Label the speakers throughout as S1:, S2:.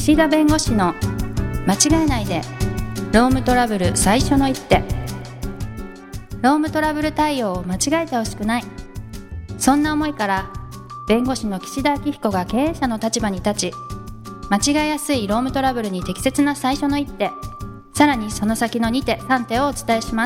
S1: 岸田弁護士の間違えないでロームトラブル最初の一手。ロームトラブル対応を間違えてほしくない、そんな思いから弁護士の岸田明彦が経営者の立場に立ち、間違えやすいロームトラブルに適切な最初の一手、さらにその先の2手3手をお伝えします。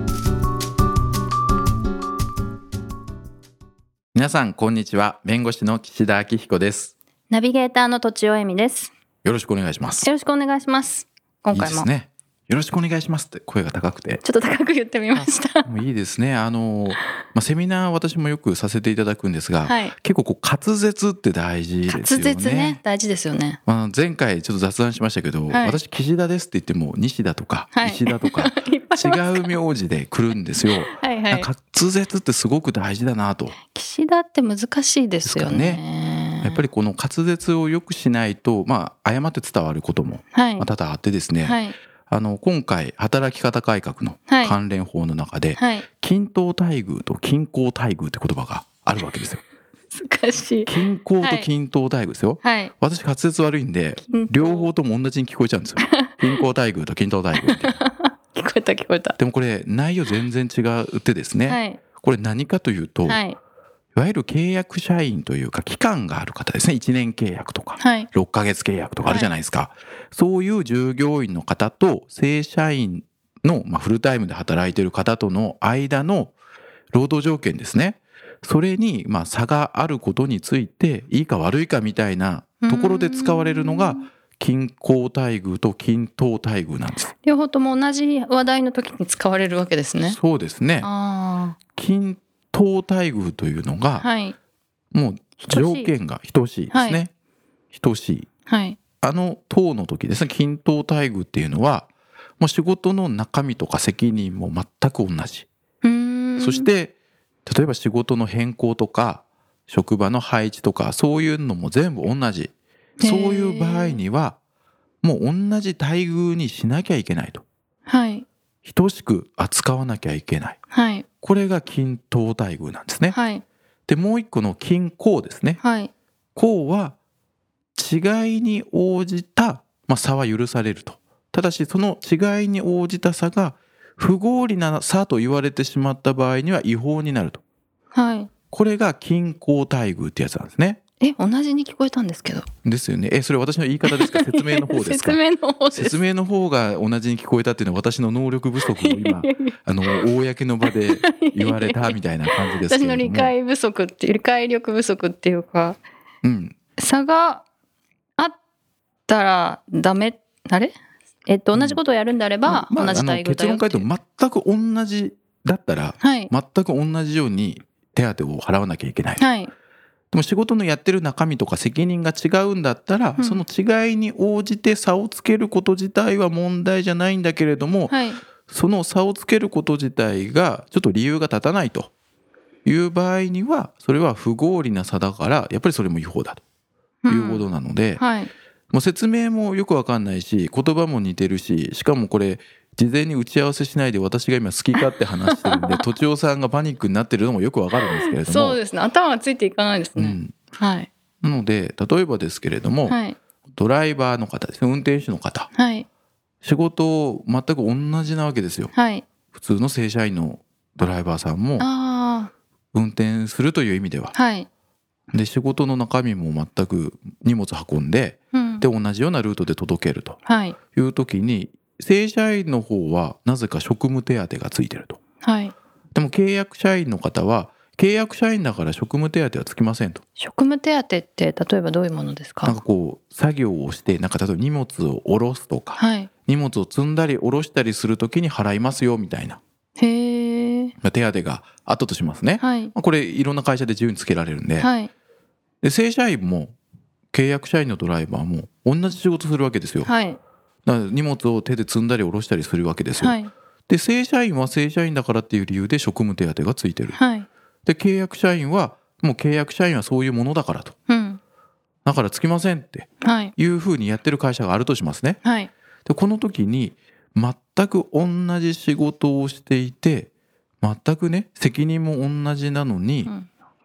S2: 皆さんこんにちは。弁護士の岸田明彦です。
S1: ナビゲーターの土地尾恵美です。
S2: よろしくお願いします。
S1: よろしくお願いします。今回も
S2: いいですね。よろしくお願いしますって声が高くて
S1: ちょっと高く言ってみました
S2: もういいですね。セミナー私もよくさせていただくんですが、
S1: はい、
S2: 結構滑舌って大事ですよね。
S1: 滑舌ね、大事ですよね。
S2: 前回ちょっと雑談しましたけど、
S1: はい、
S2: 私岸田ですって言っても西田とか石田とか、違う名字で来るんですよ
S1: はい、はい、
S2: 滑舌ってすごく大事だなと。
S1: 岸田って難しいですよね。
S2: やっぱりこの滑舌をよくしないと、誤って伝わることも多々あってですね、はい、今回働き方改革の関連法の中で、均等待遇と均衡待遇って言葉があるわけですよ。
S1: 難しい。
S2: 均衡と均等待遇ですよ、はい、私滑舌悪いんで両方とも同じに聞こえちゃうんですよ。均衡待遇と均等待遇って
S1: 聞こえた。
S2: でもこれ内容全然違ってですね、はい、これ何かというと、はい、いわゆる契約社員というか期間がある方ですね。1年契約とか、はい、6ヶ月契約とかあるじゃないですか、はい、そういう従業員の方と正社員の、フルタイムで働いている方との間の労働条件ですね。それに差があることについていいか悪いかみたいなところで使われるのが均衡待遇と均等待遇なんです。
S1: 両方とも同じ話題の時に使われるわけですね。
S2: そうですね。均等待遇というのが、はい、もう条件が等しいですね、はい、等しい、はい、等の時ですね。均等待遇っていうのはもう仕事の中身とか責任も全く同じ。そして例えば仕事の変更とか職場の配置とかそういうのも全部同じ。そういう場合にはもう同じ待遇にしなきゃいけないと、はい、等しく扱わなきゃいけない、はい、これが均等待遇なんですね、はい、でもう一個の均衡ですね、はい、衡は違いに応じた、差は許されると。ただしその違いに応じた差が不合理な差と言われてしまった場合には違法になると、はい、これが均衡待遇ってやつなんですね。
S1: 同じに聞こえたんですけど。
S2: ですよね。それ私の言い方ですか？説明の方ですか？
S1: 説明の方です。
S2: 説明の方が同じに聞こえたっていうのは私の能力不足を今公の場で言われたみたいな感じですけれども、私の
S1: 理解力不足っていうか、差があったらダメ、同じことをやるんであれば同じ待遇だよっていう。
S2: 結論から言うと全く同じだったら、はい、全く同じように手当を払わなきゃいけない、はい、でも仕事のやってる中身とか責任が違うんだったら、その違いに応じて差をつけること自体は問題じゃないんだけれども、はい、その差をつけること自体がちょっと理由が立たないという場合にはそれは不合理な差だからやっぱりそれも違法だということなので、はい、もう説明もよくわかんないし言葉も似てるし、しかもこれ事前に打ち合わせしないで私が今好き勝手話してるんでとちおさんがパニックになってるのもよくわかるんですけれども、
S1: そうですね、頭がついていかないですね、はい、
S2: なので例えばですけれども、はい、ドライバーの方ですね、運転手の方、はい、仕事全く同じなわけですよ、はい、普通の正社員のドライバーさんも運転するという意味では、はい、で仕事の中身も全く荷物運んで、で同じようなルートで届けるという時に、正社員の方はなぜか職務手当がついてると、はい、でも契約社員の方は契約社員だから職務手当はつきませんと。
S1: 職務手当って例えばどういうものですか？
S2: 作業をして例えば荷物を下ろすとか、はい、荷物を積んだり下ろしたりするときに払いますよみたいな、へー、手当があったとしますね、はい、これいろんな会社で自由につけられるんで、はい、で正社員も契約社員のドライバーも同じ仕事するわけですよ、はい、だから荷物を手で積んだり下ろしたりするわけですよ、はい、で正社員は正社員だからっていう理由で職務手当がついてる、はい、で契約社員はもう契約社員はそういうものだからと、だからつきませんっていうふうにやってる会社があるとしますね、はい、でこの時に全く同じ仕事をしていて全くね責任も同じなのに、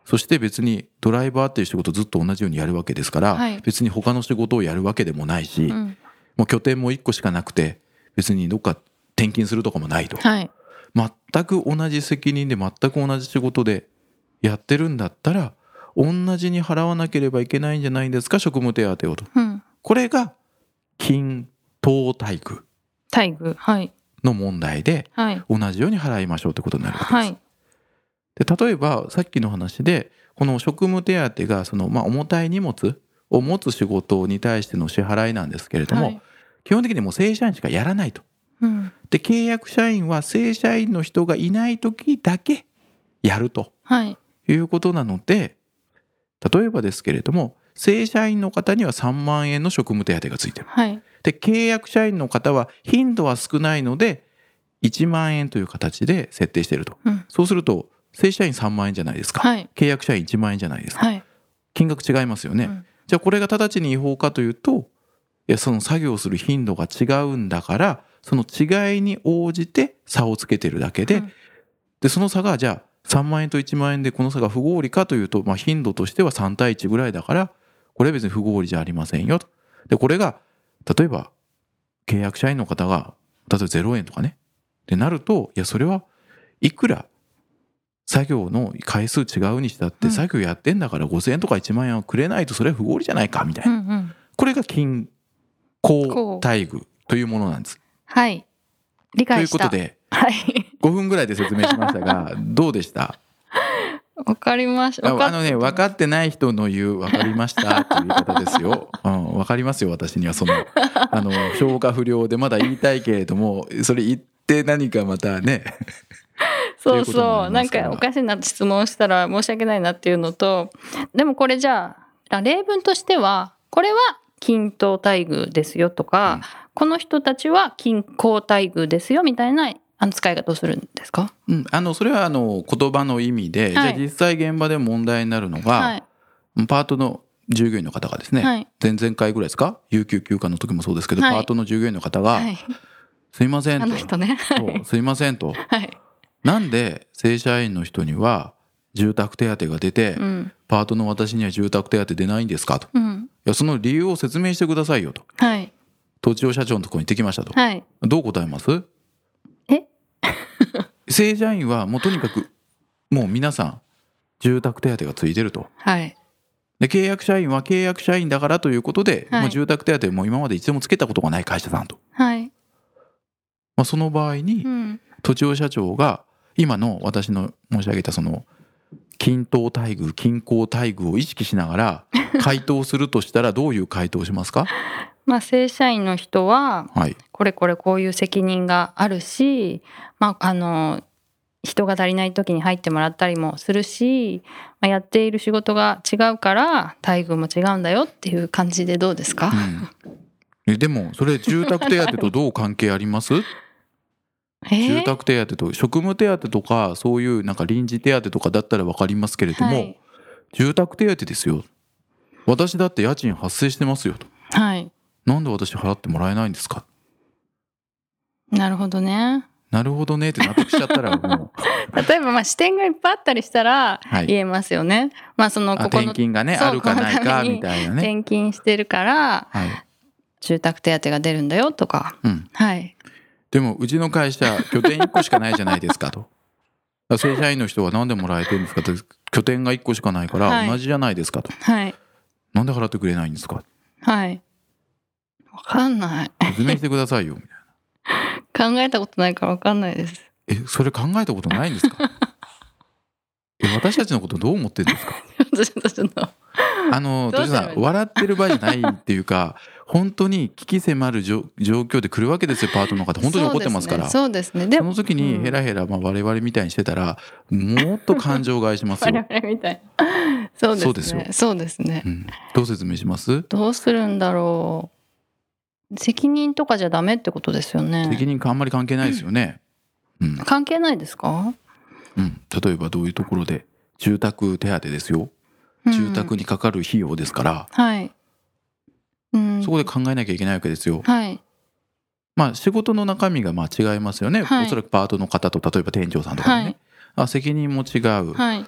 S2: そして別にドライバーっていう仕事ずっと同じようにやるわけですから、
S1: はい、
S2: 別に他の仕事をやるわけでもないし、もう拠点も1個しかなくて別にどっか転勤するとかもないと、
S1: はい、
S2: 全く同じ責任で全く同じ仕事でやってるんだったら同じに払わなければいけないんじゃないですか、職務手当をと、これが均等待遇の問題で、同じように払いましょうということになるわけです、で例えばさっきの話でこの職務手当がその、重たい荷物を持つ仕事に対しての支払いなんですけれども、基本的にもう正社員しかやらないと、で契約社員は正社員の人がいない時だけやると、いうことなので、例えばですけれども正社員の方には3万円の職務手当がついてる、で契約社員の方は頻度は少ないので1万円という形で設定していると、そうすると正社員3万円じゃないですか、契約社員1万円じゃないですか、金額違いますよね、じゃあこれが直ちに違法かというと、いやその作業する頻度が違うんだからその違いに応じて差をつけてるだけで、でその差がじゃあ3万円と1万円でこの差が不合理かというと、頻度としては3対1ぐらいだからこれは別に不合理じゃありませんよと。でこれが例えば契約社員の方が例えば0円とかねってなると、いやそれはいくら作業の回数違うにしたって作業やってんだから5,000円とか1万円はくれないとそれは不合理じゃないかみたいな、これが均衡待遇というものなんです。
S1: 理解した。
S2: ということで、5分ぐらいで説明しましたがどうでした？
S1: わかりました。
S2: 分かってない人の言う分かりましたっていう言い方ですよ、分かりますよ。私にはその消化不良でまだ言いたいけれどもそれ言って何かまたね
S1: そうなんかおかしいなって質問したら申し訳ないなっていうのと、でもこれじゃあ例文としてはこれは均等待遇ですよとか、この人たちは均衡待遇ですよみたいな使い方をするんですか？
S2: それは言葉の意味で、じゃあ実際現場で問題になるのが、パートの従業員の方がですね、前々回ぐらいですか、有給休暇の時もそうですけど、パートの従業員の方が、すいませんと、そうすいませんと、なんで正社員の人には住宅手当が出て、パートの私には住宅手当出ないんですかと、いやその理由を説明してくださいよと、土地社長のところに行ってきましたと、どう答えます？正社員はもうとにかくもう皆さん住宅手当がついてると、で契約社員は契約社員だからということで、もう住宅手当も今まで一度もつけたことがない会社さんと、その場合に、土地社長が今の私の申し上げたその均等待遇均衡待遇を意識しながら回答するとしたらどういう回答をしますか？
S1: 正社員の人はこれこういう責任があるし、人が足りない時に入ってもらったりもするし、やっている仕事が違うから待遇も違うんだよっていう感じでどうですか？
S2: でもそれ住宅手当とどう関係あります？住宅手当と職務手当とかそういうなんか臨時手当とかだったら分かりますけれども、住宅手当ですよ。私だって家賃発生してますよと、なんで私払ってもらえないんですか？
S1: なるほどね
S2: って納得しちゃったらもう
S1: 例えば視点がいっぱいあったりしたら言えますよね、そのここの
S2: 転勤がねあるかないかみたいなね、
S1: 転勤してるから、住宅手当が出るんだよとか、
S2: でもうちの会社拠点1個しかないじゃないですかと正社員の人は何でもらえてるんですかと、拠点が1個しかないから同じじゃないですかと、なんで払ってくれないんですか？分
S1: かんない。
S2: 説明してくださいよみたい
S1: な。考えたことないから分かんないです。
S2: それ考えたことないんですか？私たちのことどう思ってるんですか？
S1: ちょっと
S2: 土地さん笑ってる場合じゃないっていうか本当に危機迫る状況で来るわけですよ。パートの方本当に怒ってますから。
S1: そうですね。
S2: その時にヘラヘラ我々みたいにしてたらもっと感情がいしますよ。
S1: 我々みたい。そうですね。そうですね。
S2: どう説明します？
S1: どうするんだろう。責任とかじゃダメってことですよね。
S2: 責任あんまり関係ないですよね。
S1: 関係ないですか？
S2: 例えばどういうところで住宅手当ですよ。住宅にかかる費用ですから、そこで考えなきゃいけないわけですよ。仕事の中身が違いますよね、おそらくパートの方と例えば店長さんとかね、責任も違う、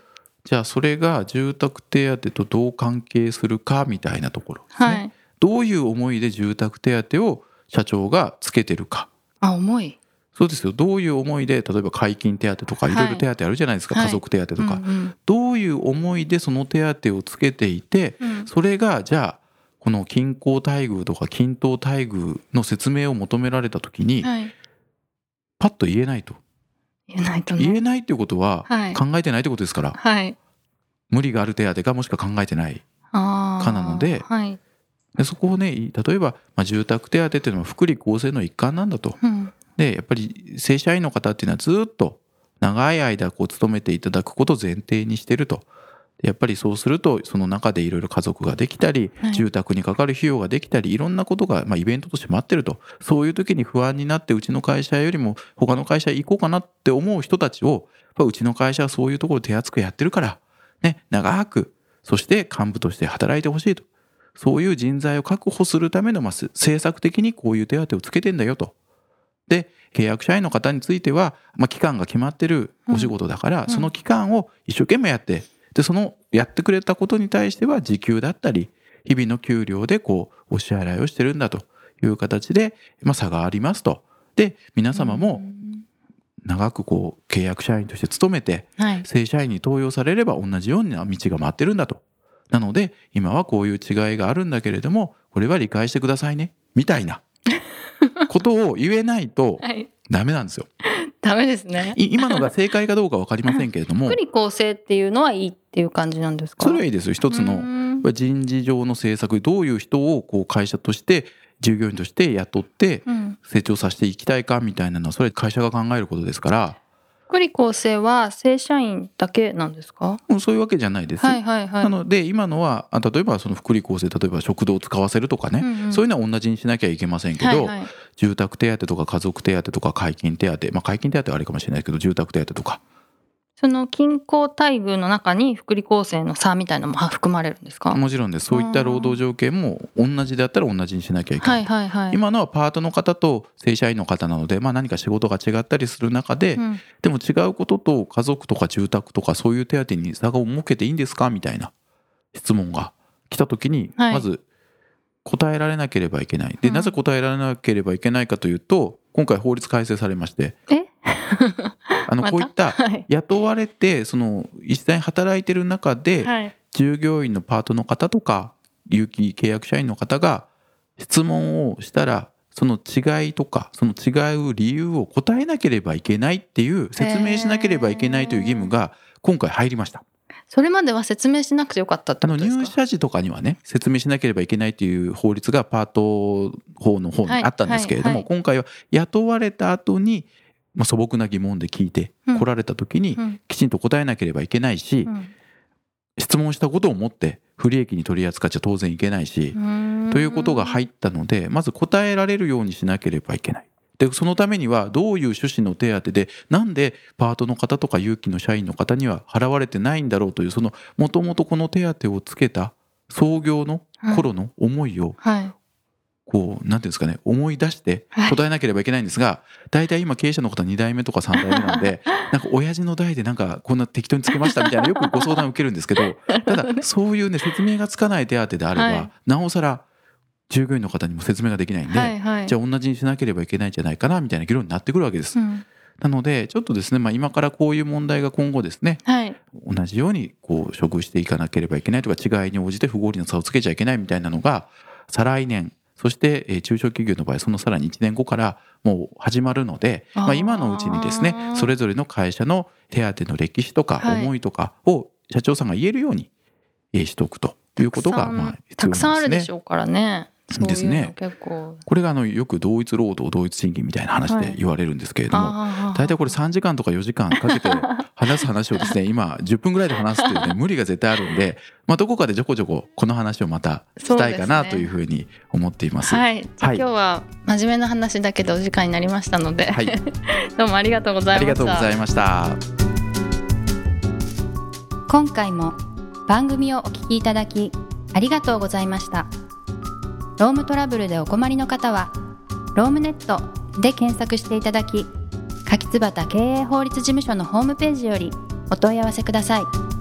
S2: じゃあそれが住宅手当とどう関係するかみたいなところですね、はい、どういう思いで住宅手当を社長がつけてるか。
S1: 思い。
S2: そうですよ。どういう思いで、例えば解禁手当とかいろいろ手当あるじゃないですか、はい、家族手当とか、どういう思いでその手当をつけていて、それがじゃあこの均衡待遇とか均等待遇の説明を求められた時に、パッと言えないと。言えないっていうことは考えてないってことですから、はい、無理がある手当かもしくは考えてないかなので、はい、でそこをね、例えば、住宅手当っていうのは福利厚生の一環なんだと、でやっぱり正社員の方っていうのはずっと長い間勤めていただくことを前提にしてると。やっぱりそうするとその中でいろいろ家族ができたり、住宅にかかる費用ができたり、いろんなことがイベントとして待ってると。そういう時に不安になってうちの会社よりも他の会社行こうかなって思う人たちを、うちの会社はそういうところ手厚くやってるからね、長くそして幹部として働いてほしいと。そういう人材を確保するための政策的にこういう手当をつけてんだよと。で契約社員の方については、期間が決まってるお仕事だから、その期間を一生懸命やって、でそのやってくれたことに対しては時給だったり日々の給料でお支払いをしてるんだという形で、差がありますと。で皆様も長く契約社員として勤めて、正社員に登用されれば同じような道が待ってるんだと。なので今はこういう違いがあるんだけれども、これは理解してくださいねみたいなことを言えないとダメなんですよ。
S1: ダメですね。
S2: 今のが正解かどうか分かりませんけれども
S1: 福利厚生っていうのはいいっていう感じなんですか？
S2: それはいいですよ。一つの人事上の政策、どういう人を会社として従業員として雇って成長させていきたいかみたいなのは、それは会社が考えることですから。
S1: 福利厚生は正社員だけなんですか？
S2: そういうわけじゃないです、なので今のは例えばその福利厚生、例えば食堂を使わせるとかね、そういうのは同じにしなきゃいけませんけど、住宅手当とか家族手当とか解禁手当、解禁手当はあれかもしれないけど住宅手当とか、
S1: その均衡待遇の中に福利厚生の差みたいなのも含まれるんですか？
S2: もちろんです。そういった労働条件も同じだったら同じにしなきゃいけない、今のはパートの方と正社員の方なので、何か仕事が違ったりする中で、でも違うことと家族とか住宅とかそういう手当に差を設けていいんですかみたいな質問が来た時に、まず答えられなければいけない。でなぜ答えられなければいけないかというと、今回法律改正されましてこういった雇われて実際に働いてる中で、従業員のパートの方とか有期契約社員の方が質問をしたら、その違いとかその違う理由を答えなければいけないっていう、説明しなければいけないという義務が今回入りました。
S1: それまでは説明しなくてよかったってことですか？
S2: 入社時とかにはね、説明しなければいけないっていう法律がパート法の方にあったんですけれども、今回は雇われた後に素朴な疑問で聞いて来られた時にきちんと答えなければいけないし、質問したことをもって不利益に取り扱っちゃ当然いけないしということが入ったので、まず答えられるようにしなければいけない。でそのためにはどういう趣旨の手当で、なんでパートの方とか有期の社員の方には払われてないんだろうという、そのもともとこの手当をつけた創業の頃の思いを、なんていうんですかね、思い出して答えなければいけないんですが、大体今経営者の方2代目とか3代目なので親父の代でこんな適当につけましたみたいなよくご相談を受けるんですけど、ただそういうね説明がつかない手当であれば、なおさら従業員の方にも説明ができないんで、じゃあ同じにしなければいけないんじゃないかなみたいな議論になってくるわけです、なのでちょっとですね、今からこういう問題が今後ですね、同じように処遇していかなければいけないとか、違いに応じて不合理な差をつけちゃいけないみたいなのが再来年、そして中小企業の場合そのさらに1年後からもう始まるので、今のうちにですね、それぞれの会社の手当の歴史とか思いとかを社長さんが言えるようにしておくということが必要なんですね。
S1: たくさんあるでしょうからね。
S2: ですね。これがよく同一労働同一賃金みたいな話で言われるんですけれども、大体これ3時間とか4時間かけて話す話をですね今10分ぐらいで話すっていうね無理が絶対あるんで、どこかでちょこちょここの話をまたしたいかなというふうに思っています。
S1: じゃあ今日は真面目な話だけどお時間になりましたので、どうもありがとうございました。
S2: ありがとうございました。
S1: 今回も番組をお聞きいただきありがとうございました。ロームトラブルでお困りの方はロームネットで検索していただき、柿椿経営法律事務所のホームページよりお問い合わせください。